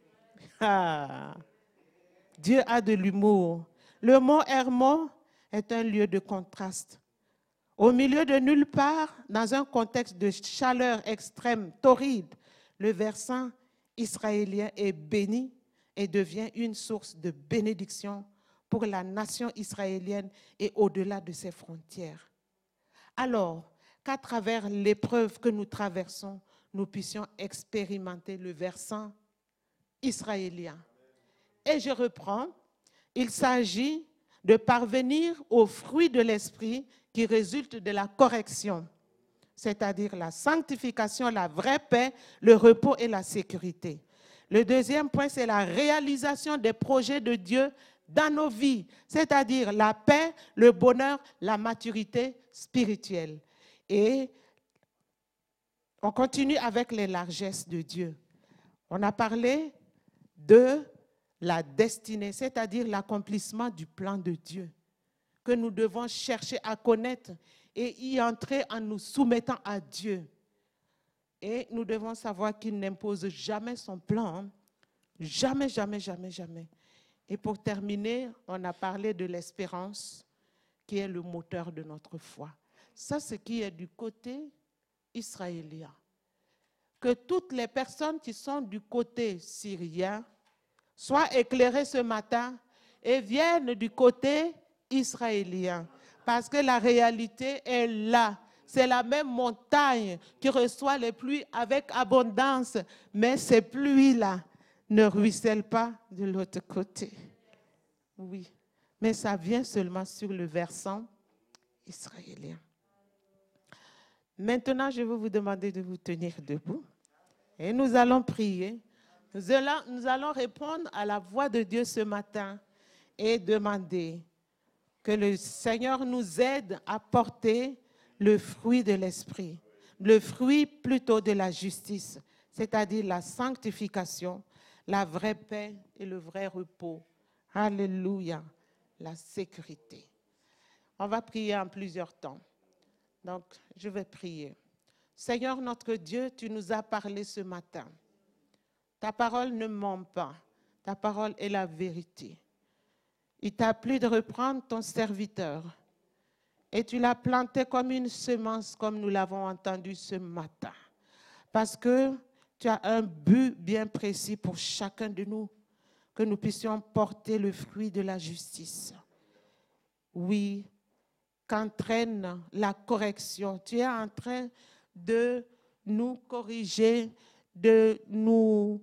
Ah. Dieu a de l'humour. Le mont Hermon est un lieu de contraste. Au milieu de nulle part, dans un contexte de chaleur extrême, torride, le versant israélien est béni et devient une source de bénédiction pour la nation israélienne et au-delà de ses frontières. Alors qu'à travers l'épreuve que nous traversons, nous puissions expérimenter le versant israélien. Et je reprends, il s'agit de parvenir au fruit de l'esprit qui résulte de la correction, c'est-à-dire la sanctification, la vraie paix, le repos et la sécurité. Le deuxième point, c'est la réalisation des projets de Dieu dans nos vies, c'est-à-dire la paix, le bonheur, la maturité spirituelle. Et on continue avec les largesses de Dieu. On a parlé de la destinée, c'est-à-dire l'accomplissement du plan de Dieu, que nous devons chercher à connaître et y entrer en nous soumettant à Dieu. Et nous devons savoir qu'il n'impose jamais son plan. Jamais, jamais, jamais, jamais. Et pour terminer, on a parlé de l'espérance qui est le moteur de notre foi. Ça, c'est ce qui est du côté israélien. Que toutes les personnes qui sont du côté syrien soient éclairées ce matin et viennent du côté israélien. Parce que la réalité est là. C'est la même montagne qui reçoit les pluies avec abondance. Mais ces pluies-là ne ruissellent pas de l'autre côté. Oui, mais ça vient seulement sur le versant israélien. Maintenant, je vais vous demander de vous tenir debout. Et nous allons prier Nous allons répondre à la voix de Dieu ce matin et demander que le Seigneur nous aide à porter le fruit de l'Esprit, le fruit plutôt de la justice, c'est-à-dire la sanctification, la vraie paix et le vrai repos. Alléluia, la sécurité. On va prier en plusieurs temps. Donc, je vais prier. Seigneur notre Dieu, tu nous as parlé ce matin. Ta parole ne ment pas. Ta parole est la vérité. Il t'a plu de reprendre ton serviteur et tu l'as planté comme une semence, comme nous l'avons entendu ce matin. Parce que tu as un but bien précis pour chacun de nous, que nous puissions porter le fruit de la justice. Oui, qu'entraîne la correction. Tu es en train de nous corriger, de nous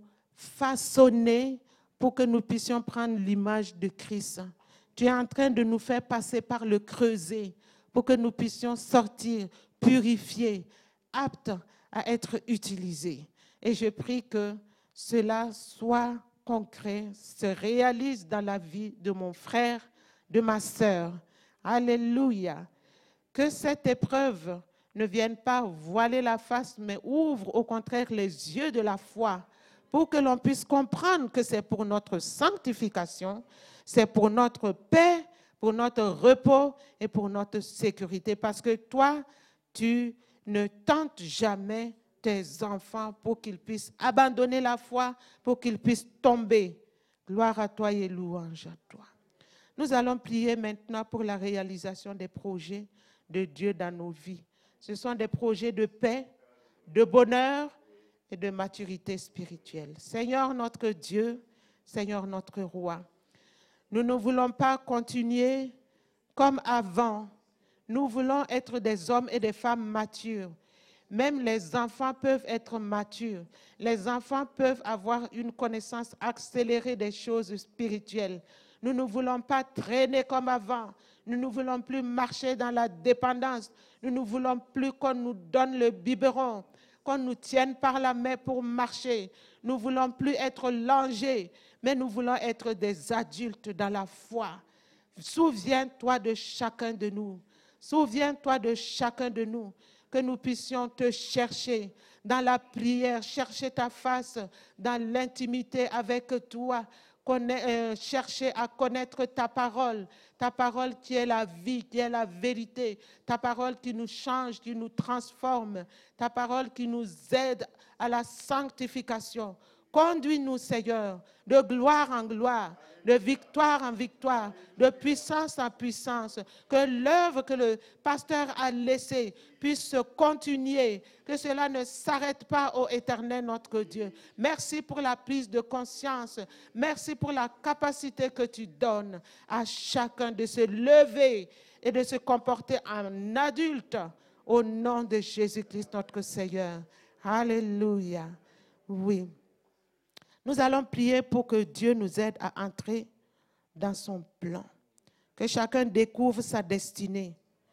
façonner pour que nous puissions prendre l'image de Christ. Tu es en train de nous faire passer par le creuset pour que nous puissions sortir, purifiés, aptes à être utilisés. Et je prie que cela soit concret, se réalise dans la vie de mon frère, de ma sœur. Alléluia. Que cette épreuve ne vienne pas voiler la face, mais ouvre au contraire les yeux de la foi pour que l'on puisse comprendre que c'est pour notre sanctification, c'est pour notre paix, pour notre repos et pour notre sécurité. Parce que toi, tu ne tentes jamais tes enfants pour qu'ils puissent abandonner la foi, pour qu'ils puissent tomber. Gloire à toi et louange à toi. Nous allons prier maintenant pour la réalisation des projets de Dieu dans nos vies. Ce sont des projets de paix, de bonheur et de maturité spirituelle. Seigneur notre Dieu, Seigneur notre Roi, nous ne voulons pas continuer comme avant. Nous voulons être des hommes et des femmes matures. Même les enfants peuvent être matures. Les enfants peuvent avoir une connaissance accélérée des choses spirituelles. Nous ne voulons pas traîner comme avant. Nous ne voulons plus marcher dans la dépendance. Nous ne voulons plus qu'on nous donne le biberon, qu'on nous tienne par la main pour marcher. Nous ne voulons plus être langés, mais nous voulons être des adultes dans la foi. Souviens-toi de chacun de nous. Souviens-toi de chacun de nous, que nous puissions te chercher dans la prière, chercher ta face dans l'intimité avec toi, chercher à connaître ta parole qui est la vie, qui est la vérité, ta parole qui nous change, qui nous transforme, ta parole qui nous aide à la sanctification. Conduis-nous, Seigneur, de gloire en gloire, de victoire en victoire, de puissance en puissance, que l'œuvre que le pasteur a laissée puisse se continuer, que cela ne s'arrête pas, ô Éternel notre Dieu. Merci pour la prise de conscience, merci pour la capacité que tu donnes à chacun de se lever et de se comporter en adulte au nom de Jésus-Christ notre Seigneur. Alléluia. Oui. Nous allons prier pour que Dieu nous aide à entrer dans son plan, que chacun découvre sa destinée.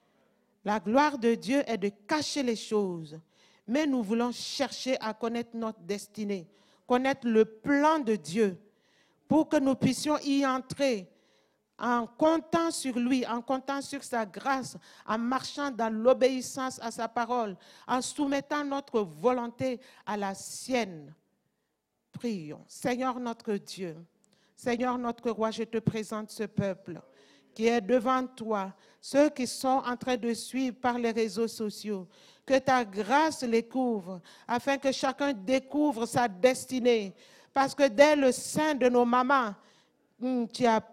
La gloire de Dieu est de cacher les choses, mais nous voulons chercher à connaître notre destinée, connaître le plan de Dieu, pour que nous puissions y entrer en comptant sur lui, en comptant sur sa grâce, en marchant dans l'obéissance à sa parole, en soumettant notre volonté à la sienne. Prions. Seigneur notre Dieu, Seigneur notre Roi, je te présente ce peuple qui est devant toi, ceux qui sont en train de suivre par les réseaux sociaux. Que ta grâce les couvre, afin que chacun découvre sa destinée. Parce que dès le sein de nos mamans, tu as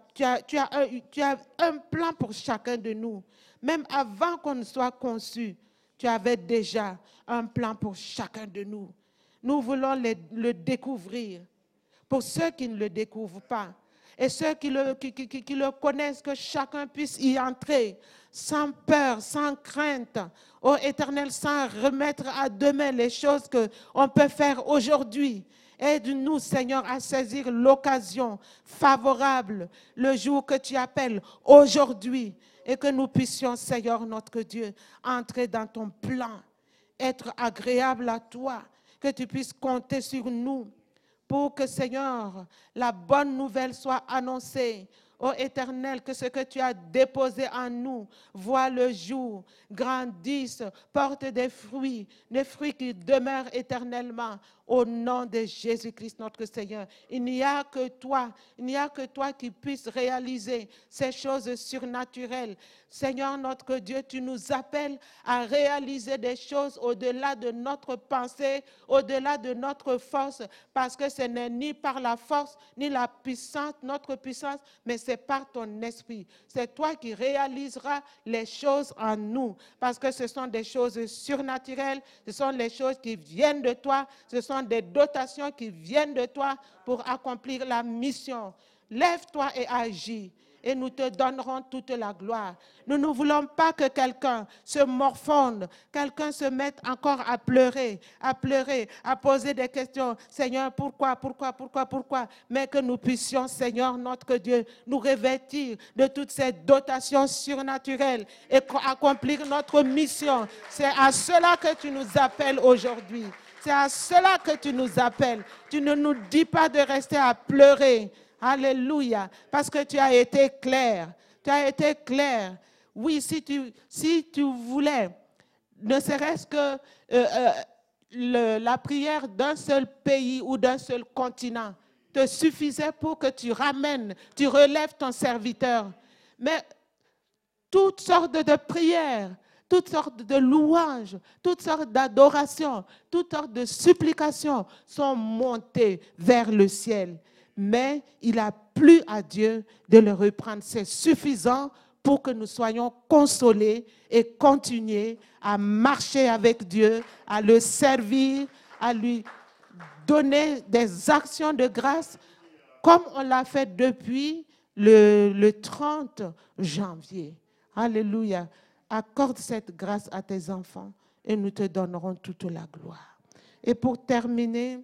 un plan pour chacun de nous. Même avant qu'on ne soit conçu, tu avais déjà un plan pour chacun de nous. Nous voulons le découvrir. Pour ceux qui ne le découvrent pas et ceux qui le connaissent, que chacun puisse y entrer sans peur, sans crainte. Ô Éternel, sans remettre à demain les choses qu'on peut faire aujourd'hui. Aide-nous, Seigneur, à saisir l'occasion favorable, le jour que tu appelles aujourd'hui, et que nous puissions, Seigneur notre Dieu, entrer dans ton plan, être agréable à toi, que tu puisses compter sur nous pour que, Seigneur, la bonne nouvelle soit annoncée. Ô Éternel, que ce que tu as déposé en nous voit le jour, grandisse, porte des fruits qui demeurent éternellement. Au nom de Jésus-Christ, notre Seigneur. Il n'y a que toi qui puisses réaliser ces choses surnaturelles. Seigneur, notre Dieu, tu nous appelles à réaliser des choses au-delà de notre pensée, au-delà de notre force, parce que ce n'est ni par la force, ni la puissance, notre puissance, mais c'est par ton esprit. C'est toi qui réaliseras les choses en nous, parce que ce sont des choses surnaturelles, ce sont les choses qui viennent de toi, ce sont des dotations qui viennent de toi pour accomplir la mission. Lève-toi et agis. Et nous te donnerons toute la gloire. Nous ne voulons pas que quelqu'un se morfonde, quelqu'un se mette encore à pleurer, à poser des questions. Seigneur, pourquoi? Mais que nous puissions, Seigneur, notre Dieu, nous revêtir de toutes ces dotations surnaturelles et accomplir notre mission. C'est à cela que tu nous appelles aujourd'hui. C'est à cela que tu nous appelles. Tu ne nous dis pas de rester à pleurer. Alléluia. Parce que tu as été clair. Tu as été clair. Oui, si tu voulais, ne serait-ce que la prière d'un seul pays ou d'un seul continent te suffisait pour que tu relèves ton serviteur. Mais toutes sortes de prières, toutes sortes de louanges, toutes sortes d'adorations, toutes sortes de supplications sont montées vers le ciel. Mais il a plu à Dieu de le reprendre. C'est suffisant pour que nous soyons consolés et continuer à marcher avec Dieu, à le servir, à lui donner des actions de grâce comme on l'a fait depuis le 30 janvier. Alléluia. Accorde cette grâce à tes enfants et nous te donnerons toute la gloire. Et pour terminer,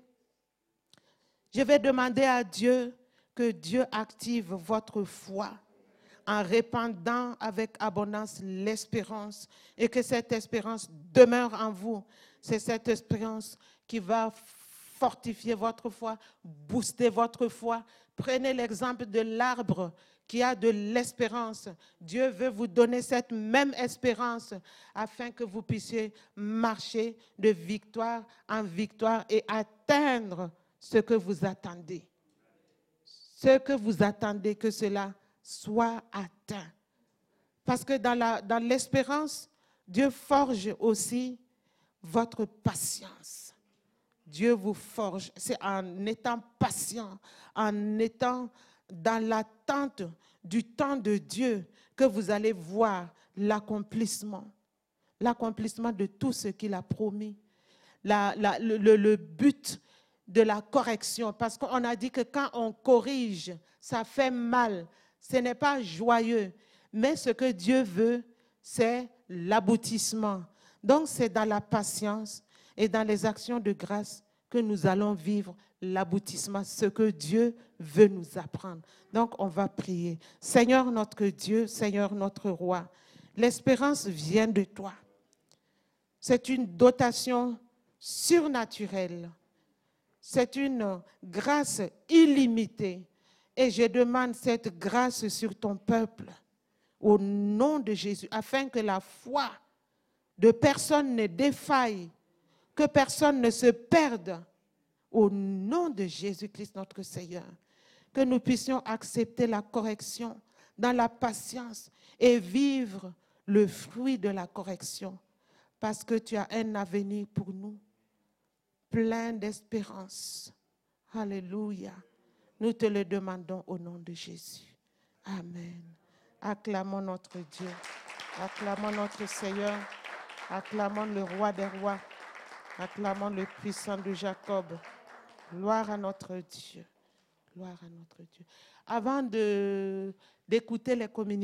je vais demander à Dieu que Dieu active votre foi en répandant avec abondance l'espérance et que cette espérance demeure en vous. C'est cette espérance qui va fortifier votre foi, booster votre foi. Prenez l'exemple de l'arbre qui a de l'espérance. Dieu veut vous donner cette même espérance afin que vous puissiez marcher de victoire en victoire et atteindre ce que vous attendez. Ce que vous attendez, que cela soit atteint. Parce que dans l'espérance, Dieu forge aussi votre patience. Dieu vous forge. C'est en étant patient, en étant dans l'attente du temps de Dieu que vous allez voir l'accomplissement de tout ce qu'il a promis. Le but de la correction, parce qu'on a dit que quand on corrige, ça fait mal, ce n'est pas joyeux, mais ce que Dieu veut, c'est l'aboutissement. Donc c'est dans la patience et dans les actions de grâce que nous allons vivre l'aboutissement, ce que Dieu veut nous apprendre. Donc on va prier. Seigneur notre Dieu, Seigneur notre roi, l'espérance vient de toi. C'est une dotation surnaturelle. C'est une grâce illimitée. Et je demande cette grâce sur ton peuple, au nom de Jésus, afin que la foi de personne ne défaille, que personne ne se perde, au nom de Jésus-Christ notre Seigneur. Que nous puissions accepter la correction dans la patience et vivre le fruit de la correction, parce que tu as un avenir pour nous, plein d'espérance. Alléluia. Nous te le demandons au nom de Jésus. Amen. Acclamons notre Dieu. Acclamons notre Seigneur. Acclamons le roi des rois. Acclamons le puissant de Jacob. Gloire à notre Dieu. Gloire à notre Dieu. Avant d'écouter les communications,